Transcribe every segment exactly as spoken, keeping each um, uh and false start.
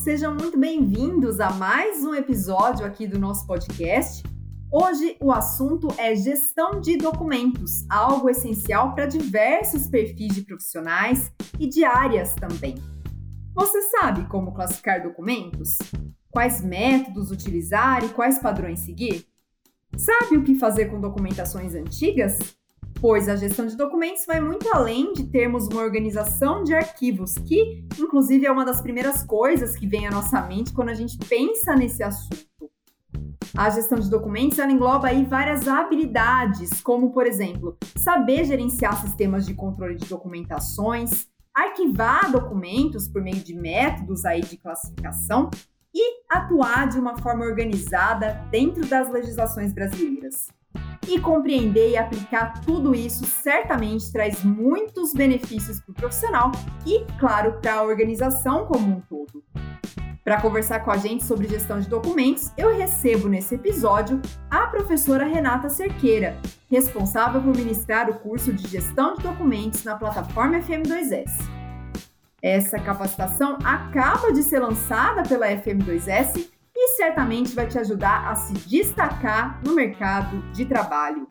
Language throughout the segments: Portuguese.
sejam muito bem-vindos a mais um episódio aqui do nosso podcast. Hoje o assunto é gestão de documentos, algo essencial para diversos perfis de profissionais e de áreas também. Você sabe como classificar documentos? Quais métodos utilizar e quais padrões seguir? Sabe o que fazer com documentações antigas? Pois a gestão de documentos vai muito além de termos uma organização de arquivos, que, inclusive, é uma das primeiras coisas que vem à nossa mente quando a gente pensa nesse assunto. A gestão de documentos ela engloba aí várias habilidades, como, por exemplo, saber gerenciar sistemas de controle de documentações, arquivar documentos por meio de métodos aí de classificação e atuar de uma forma organizada dentro das legislações brasileiras. E compreender e aplicar tudo isso certamente traz muitos benefícios para o profissional e, claro, para a organização como um todo. Para conversar com a gente sobre gestão de documentos, eu recebo nesse episódio a professora Renata Cerqueira, responsável por ministrar o curso de Gestão de Documentos na plataforma F M dois S. Essa capacitação acaba de ser lançada pela F M dois S e certamente vai te ajudar a se destacar no mercado de trabalho.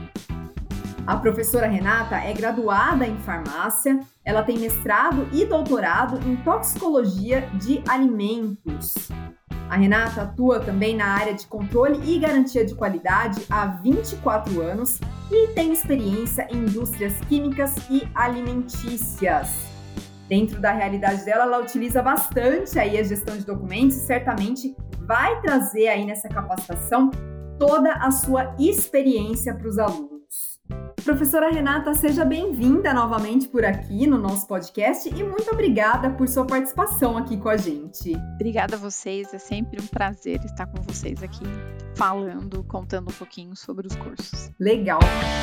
A professora Renata é graduada em farmácia, ela tem mestrado e doutorado em toxicologia de alimentos. A Renata atua também na área de controle e garantia de qualidade há vinte e quatro anos e tem experiência em indústrias químicas e alimentícias. Dentro da realidade dela, ela utiliza bastante aí a gestão de documentos e certamente vai trazer aí nessa capacitação toda a sua experiência para os alunos. Professora Renata, seja bem-vinda novamente por aqui no nosso podcast e muito obrigada por sua participação aqui com a gente. Obrigada a vocês, é sempre um prazer estar com vocês aqui falando, contando um pouquinho sobre os cursos. Legal!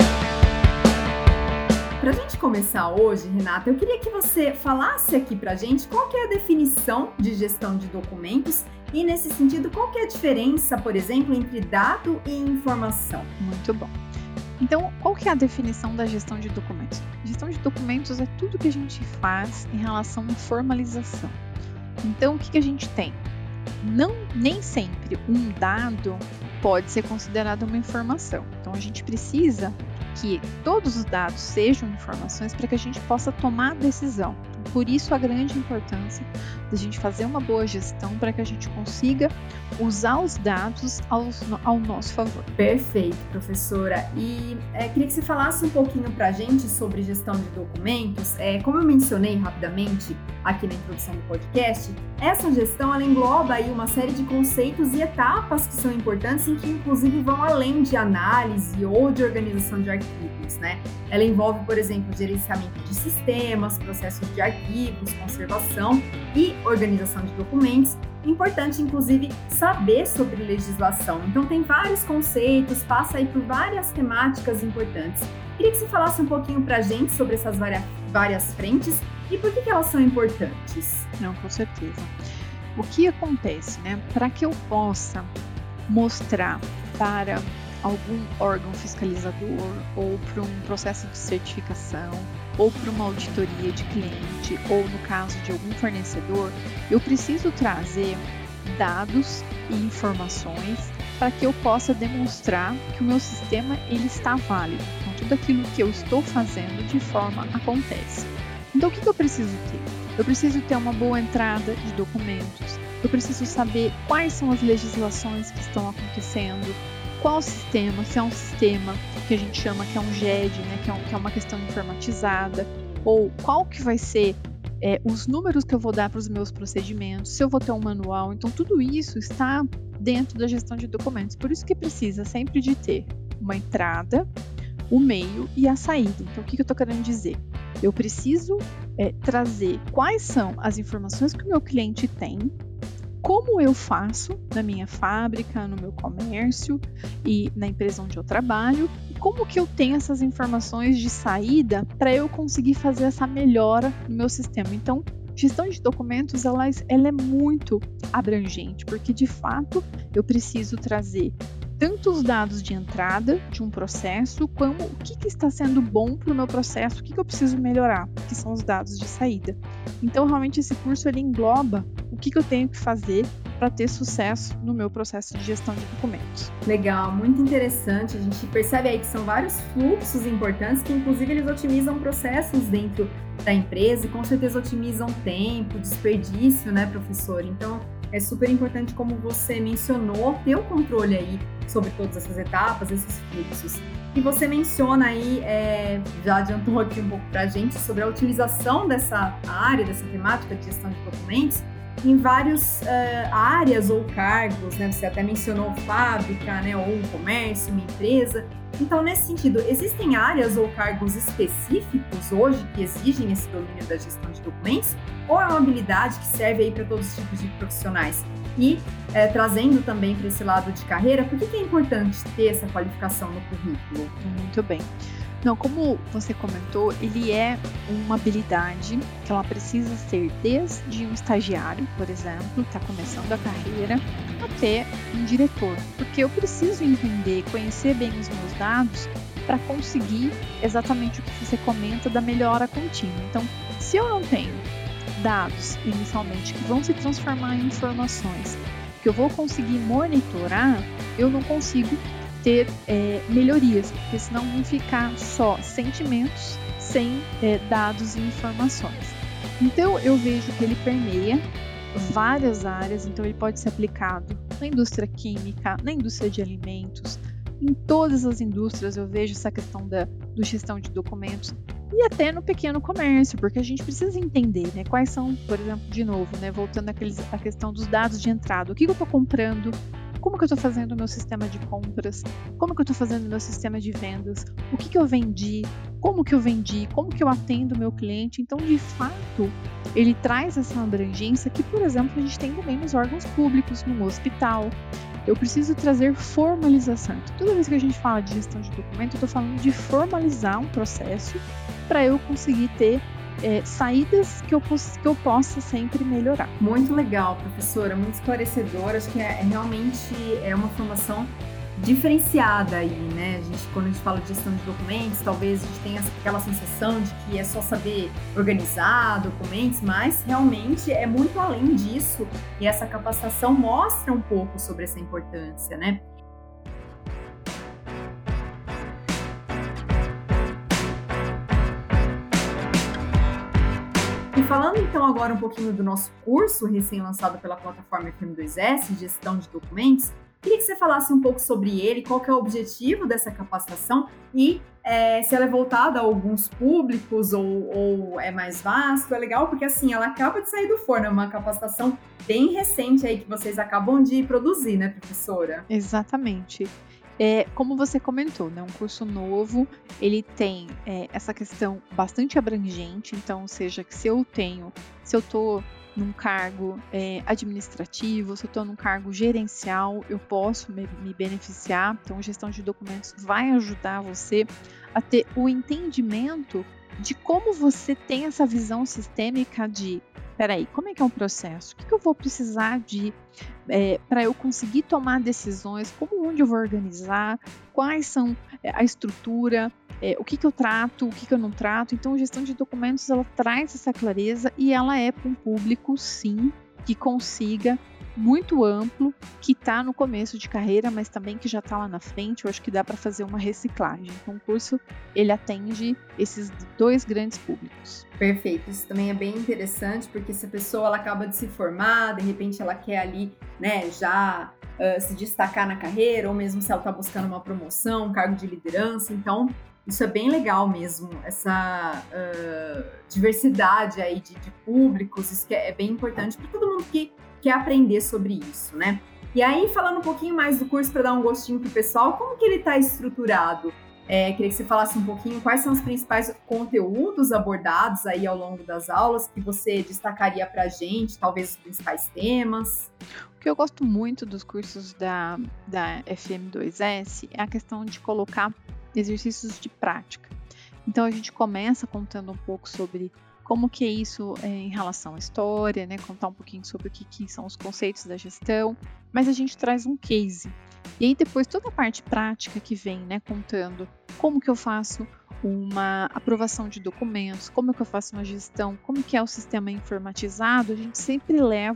Para a gente começar hoje, Renata, eu queria que você falasse aqui para a gente qual que é a definição de gestão de documentos e, nesse sentido, qual que é a diferença, por exemplo, entre dado e informação. Muito bom. Então, qual que é a definição da gestão de documentos? Gestão de documentos é tudo que a gente faz em relação à formalização. Então, o que, que a gente tem? Não, nem sempre um dado pode ser considerado uma informação. Então, a gente precisa que todos os dados sejam informações para que a gente possa tomar decisão. Por isso a grande importância da gente fazer uma boa gestão para que a gente consiga usar os dados aos, ao nosso favor. Perfeito, professora. E é, queria que você falasse um pouquinho para a gente sobre gestão de documentos. É, como eu mencionei rapidamente aqui na introdução do podcast, essa gestão ela engloba aí uma série de conceitos e etapas que são importantes e que inclusive vão além de análise ou de organização de arquivos, né? Ela envolve, por exemplo, gerenciamento de sistemas, processos de arquivos, conservação e organização de documentos. Importante, inclusive, saber sobre legislação. Então, tem vários conceitos, passa aí por várias temáticas importantes. Queria que você falasse um pouquinho para a gente sobre essas várias, várias frentes e por que, que elas são importantes. Não, com certeza. O que acontece, né? Para que eu possa mostrar para algum órgão fiscalizador ou para um processo de certificação ou para uma auditoria de cliente ou no caso de algum fornecedor, eu preciso trazer dados e informações para que eu possa demonstrar que o meu sistema ele está válido. Então, tudo aquilo que eu estou fazendo de forma acontece. Então, o que, que eu preciso ter? Eu preciso ter uma boa entrada de documentos, eu preciso saber quais são as legislações que estão acontecendo, qual sistema, se é um sistema que a gente chama que é um G E D, né, que, é um, que é uma questão informatizada, ou qual que vai ser é, os números que eu vou dar para os meus procedimentos, se eu vou ter um manual. Então, tudo isso está dentro da gestão de documentos. Por isso que precisa sempre de ter uma entrada, o meio e a saída. Então, o que, que eu estou querendo dizer? Eu preciso é, trazer quais são as informações que o meu cliente tem, como eu faço na minha fábrica, no meu comércio e na empresa onde eu trabalho, e como que eu tenho essas informações de saída para eu conseguir fazer essa melhora no meu sistema. Então, gestão de documentos, ela, ela é muito abrangente, porque de fato eu preciso trazer tanto os dados de entrada de um processo, como o que, que está sendo bom para o meu processo, o que, que eu preciso melhorar, que são os dados de saída. Então, realmente, esse curso ele engloba o que, que eu tenho que fazer para ter sucesso no meu processo de gestão de documentos. Legal, muito interessante. A gente percebe aí que são vários fluxos importantes que, inclusive, eles otimizam processos dentro da empresa e, com certeza, otimizam tempo, desperdício, né, professor? Então, é super importante, como você mencionou, ter o controle aí sobre todas essas etapas, esses fluxos. E você menciona aí, é, já adiantou aqui um pouco para a gente, sobre a utilização dessa área, dessa temática de gestão de documentos, em várias uh, áreas ou cargos, né? Você até mencionou fábrica, né? Ou um comércio, uma empresa. Então, nesse sentido, existem áreas ou cargos específicos hoje que exigem esse domínio da gestão de documentos? Ou é uma habilidade que serve aí para todos os tipos de profissionais? E é, trazendo também para esse lado de carreira, por que, que é importante ter essa qualificação no currículo? Muito bem. Não, como você comentou, ele é uma habilidade que ela precisa ser desde um estagiário, por exemplo, que está começando a carreira, até um diretor. Porque eu preciso entender, conhecer bem os meus dados para conseguir exatamente o que você comenta da melhora contínua. Então, se eu não tenho dados inicialmente que vão se transformar em informações que eu vou conseguir monitorar, eu não consigo ter é, melhorias, porque senão vão ficar só sentimentos sem é, dados e informações. Então eu vejo que ele permeia várias áreas, então ele pode ser aplicado na indústria química, na indústria de alimentos, em todas as indústrias eu vejo essa questão da do gestão de documentos e até no pequeno comércio, porque a gente precisa entender, né, quais são, por exemplo, de novo, né, voltando àqueles, à questão dos dados de entrada, o que eu estou comprando, como que eu estou fazendo o meu sistema de compras, como que eu estou fazendo o meu sistema de vendas, o que que eu vendi, como que eu vendi, como que eu atendo o meu cliente. Então, de fato, ele traz essa abrangência que, por exemplo, a gente tem também nos órgãos públicos, no hospital. Eu preciso trazer formalização. Então, toda vez que a gente fala de gestão de documento, eu estou falando de formalizar um processo para eu conseguir ter É, saídas que eu, que eu possa sempre melhorar. Muito legal, professora, muito esclarecedora. Acho que é, é realmente é uma formação diferenciada aí, né? A gente, quando a gente fala de gestão de documentos, talvez a gente tenha aquela sensação de que é só saber organizar documentos, mas realmente é muito além disso, e essa capacitação mostra um pouco sobre essa importância, né? E falando então agora um pouquinho do nosso curso recém-lançado pela plataforma F M dois S, Gestão de Documentos, queria que você falasse um pouco sobre ele, qual que é o objetivo dessa capacitação e é, se ela é voltada a alguns públicos ou, ou é mais vasto. É legal porque assim, ela acaba de sair do forno, é uma capacitação bem recente aí que vocês acabam de produzir, né, professora? Exatamente. É, como você comentou, né, um curso novo, ele tem é, essa questão bastante abrangente, então, ou seja, que se eu tenho, se eu estou num cargo é, administrativo, se eu estou num cargo gerencial, eu posso me, me beneficiar, então gestão de documentos vai ajudar você a ter o entendimento de como você tem essa visão sistêmica de, peraí, como é que é um processo? O que, que eu vou precisar de é, para eu conseguir tomar decisões? Como, onde eu vou organizar? Quais são é, a estrutura? É, o que, que eu trato? O que, que eu não trato? Então, a gestão de documentos, ela traz essa clareza e ela é para um público, sim, que consiga, muito amplo, que está no começo de carreira, mas também que já está lá na frente. Eu acho que dá para fazer uma reciclagem. Então, o curso, ele atende esses dois grandes públicos. Perfeito, isso também é bem interessante, porque se a pessoa ela acaba de se formar, de repente ela quer ali, né, já uh, se destacar na carreira, ou mesmo se ela está buscando uma promoção, um cargo de liderança, então isso é bem legal mesmo, essa uh, diversidade aí de, de públicos, isso que é, é bem importante para todo mundo que quer aprender sobre isso, né? E aí, falando um pouquinho mais do curso para dar um gostinho pro pessoal, como que ele está estruturado? É, queria que você falasse um pouquinho quais são os principais conteúdos abordados aí ao longo das aulas que você destacaria para a gente, talvez os principais temas. O que eu gosto muito dos cursos da, da F M dois S é a questão de colocar exercícios de prática. Então a gente começa contando um pouco sobre como que é isso é, em relação à história, né? Contar um pouquinho sobre o que, que são os conceitos da gestão, mas a gente traz um case. E aí depois toda a parte prática que vem, né? Contando como que eu faço uma aprovação de documentos, como que eu faço uma gestão, como que é o sistema informatizado, a gente sempre leva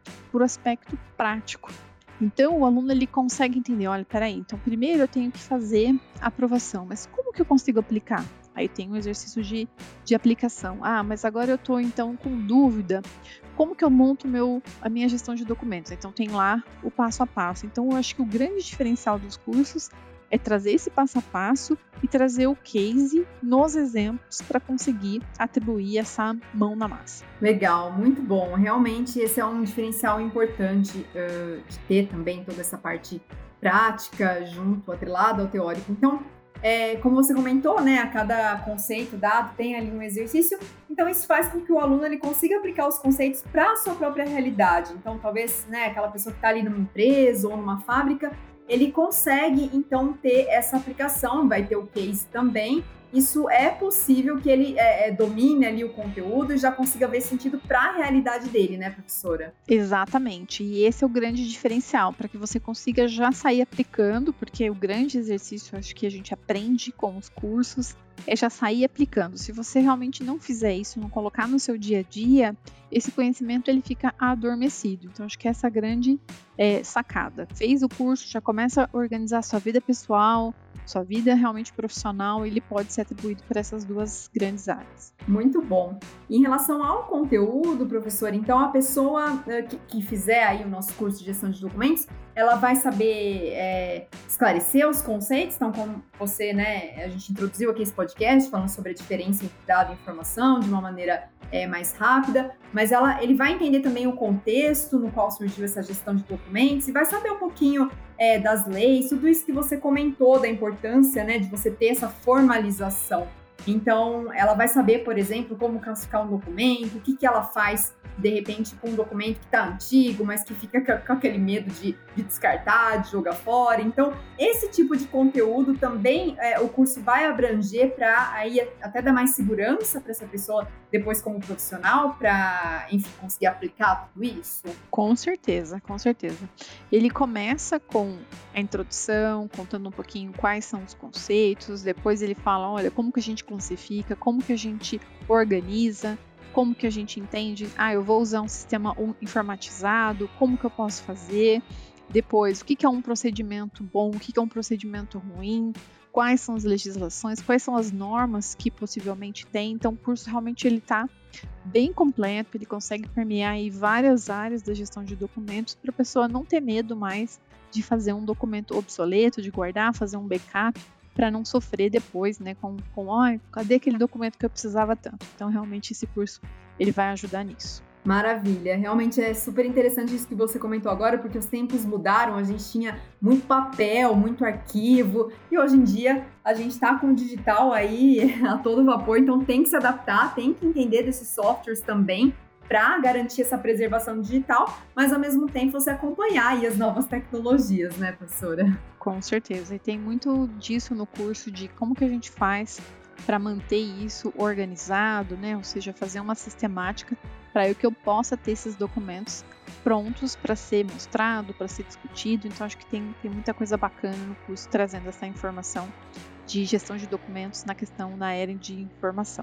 por aspecto prático. Então, o aluno ele consegue entender, olha, peraí, então primeiro eu tenho que fazer a aprovação, mas como que eu consigo aplicar? Aí tem um exercício de, de aplicação. Ah, mas agora eu estou então com dúvida, como que eu monto meu, a minha gestão de documentos? Então tem lá o passo a passo. Então eu acho que o grande diferencial dos cursos é trazer esse passo a passo e trazer o case nos exemplos para conseguir atribuir essa mão na massa. Legal, muito bom. Realmente esse é um diferencial importante uh, de ter também toda essa parte prática junto, atrelada ao teórico. Então, é, como você comentou, né, a cada conceito dado tem ali um exercício, então isso faz com que o aluno ele consiga aplicar os conceitos para a sua própria realidade. Então, talvez, né, aquela pessoa que está ali numa empresa ou numa fábrica, ele consegue, então, ter essa aplicação, vai ter o case também. Isso é possível que ele é, é, domine ali o conteúdo e já consiga ver sentido para a realidade dele, né, professora? Exatamente, e esse é o grande diferencial, para que você consiga já sair aplicando, porque o grande exercício, acho que a gente aprende com os cursos, é já sair aplicando. Se você realmente não fizer isso, não colocar no seu dia a dia, esse conhecimento ele fica adormecido. Então, acho que essa é a grande é, sacada. Fez o curso, já começa a organizar sua vida pessoal, sua vida realmente profissional, ele pode ser atribuído para essas duas grandes áreas. Muito bom. Em relação ao conteúdo, professor, então a pessoa que, que fizer aí o nosso curso de gestão de documentos, ela vai saber é, esclarecer os conceitos, então como você, né, a gente introduziu aqui esse podcast falando sobre a diferença entre dado e informação de uma maneira é, mais rápida, mas ela, ele vai entender também o contexto no qual surgiu essa gestão de documentos e vai saber um pouquinho é, das leis, tudo isso que você comentou da importância, né, de você ter essa formalização. Então, ela vai saber, por exemplo, como classificar um documento, o que, que ela faz, de repente, com um documento que está antigo, mas que fica com aquele medo de, de descartar, de jogar fora. Então, esse tipo de conteúdo também é, o curso vai abranger para aí até dar mais segurança para essa pessoa depois como profissional, para, enfim, conseguir aplicar tudo isso? Com certeza, com certeza. Ele começa com a introdução, contando um pouquinho quais são os conceitos, depois ele fala, olha, como que a gente classifica, como que a gente organiza, como que a gente entende, ah, eu vou usar um sistema informatizado, como que eu posso fazer, depois, o que que é um procedimento bom, o que que é um procedimento ruim, quais são as legislações, quais são as normas que possivelmente tem. Então, o curso realmente ele está bem completo, ele consegue permear aí várias áreas da gestão de documentos para a pessoa não ter medo mais de fazer um documento obsoleto, de guardar, fazer um backup, para não sofrer depois, né, com, com oh, cadê aquele documento que eu precisava tanto? Então, realmente, esse curso ele vai ajudar nisso. Maravilha, realmente é super interessante isso que você comentou agora, porque os tempos mudaram, a gente tinha muito papel, muito arquivo, e hoje em dia a gente está com o digital aí a todo vapor, então tem que se adaptar, tem que entender desses softwares também, para garantir essa preservação digital, mas ao mesmo tempo você acompanhar aí as novas tecnologias, né, professora? Com certeza, e tem muito disso no curso de como que a gente faz para manter isso organizado, né? Ou seja, fazer uma sistemática para que eu possa ter esses documentos prontos para ser mostrado, para ser discutido. Então, acho que tem, tem muita coisa bacana no curso trazendo essa informação de gestão de documentos na questão na era de informação.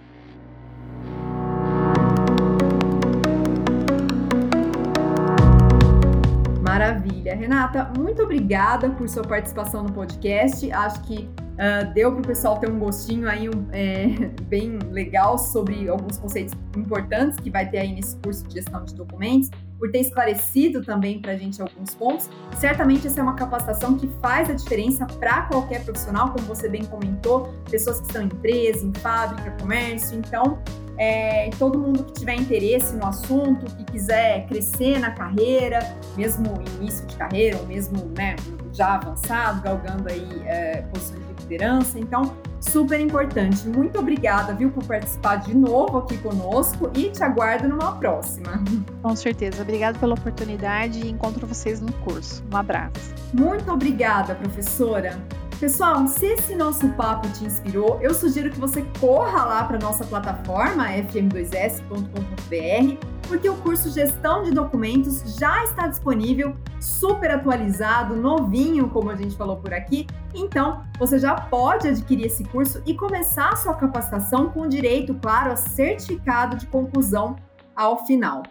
Maravilha. Renata, muito obrigada por sua participação no podcast. Acho que uh, deu para o pessoal ter um gostinho aí um, é, bem legal sobre alguns conceitos importantes que vai ter aí nesse curso de gestão de documentos, por ter esclarecido também para a gente alguns pontos. Certamente essa é uma capacitação que faz a diferença para qualquer profissional, como você bem comentou, pessoas que estão em empresa, em fábrica, comércio. Então, É, todo mundo que tiver interesse no assunto, que quiser crescer na carreira, mesmo início de carreira, ou mesmo, né, já avançado, galgando aí é, posições de liderança. Então, super importante. Muito obrigada, viu, por participar de novo aqui conosco e te aguardo numa próxima. Com certeza. Obrigada pela oportunidade e encontro vocês no curso. Um abraço. Muito obrigada, professora. Pessoal, se esse nosso papo te inspirou, eu sugiro que você corra lá para a nossa plataforma f m dois s ponto com ponto b r, porque o curso Gestão de Documentos já está disponível, super atualizado, novinho, como a gente falou por aqui. Então, você já pode adquirir esse curso e começar a sua capacitação com direito, claro, a certificado de conclusão ao final.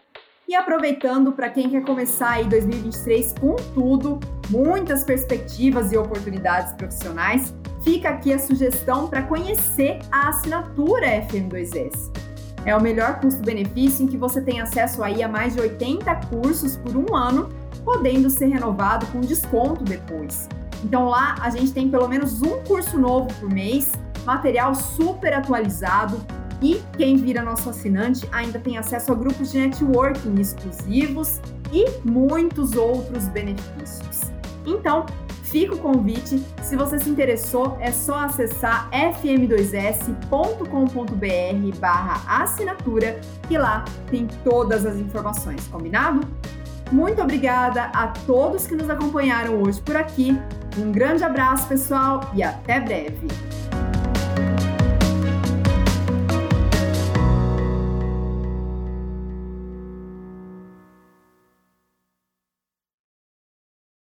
E aproveitando para quem quer começar aí dois mil e vinte e três com tudo, muitas perspectivas e oportunidades profissionais, fica aqui a sugestão para conhecer a assinatura F M dois S. É o melhor custo-benefício em que você tem acesso aí a mais de oitenta cursos por um ano, podendo ser renovado com desconto depois. Então lá a gente tem pelo menos um curso novo por mês, material super atualizado, e quem vira nosso assinante ainda tem acesso a grupos de networking exclusivos e muitos outros benefícios. Então, fica o convite, se você se interessou, é só acessar f m dois s ponto com ponto b r barra assinatura e lá tem todas as informações, combinado? Muito obrigada a todos que nos acompanharam hoje por aqui, um grande abraço pessoal e até breve!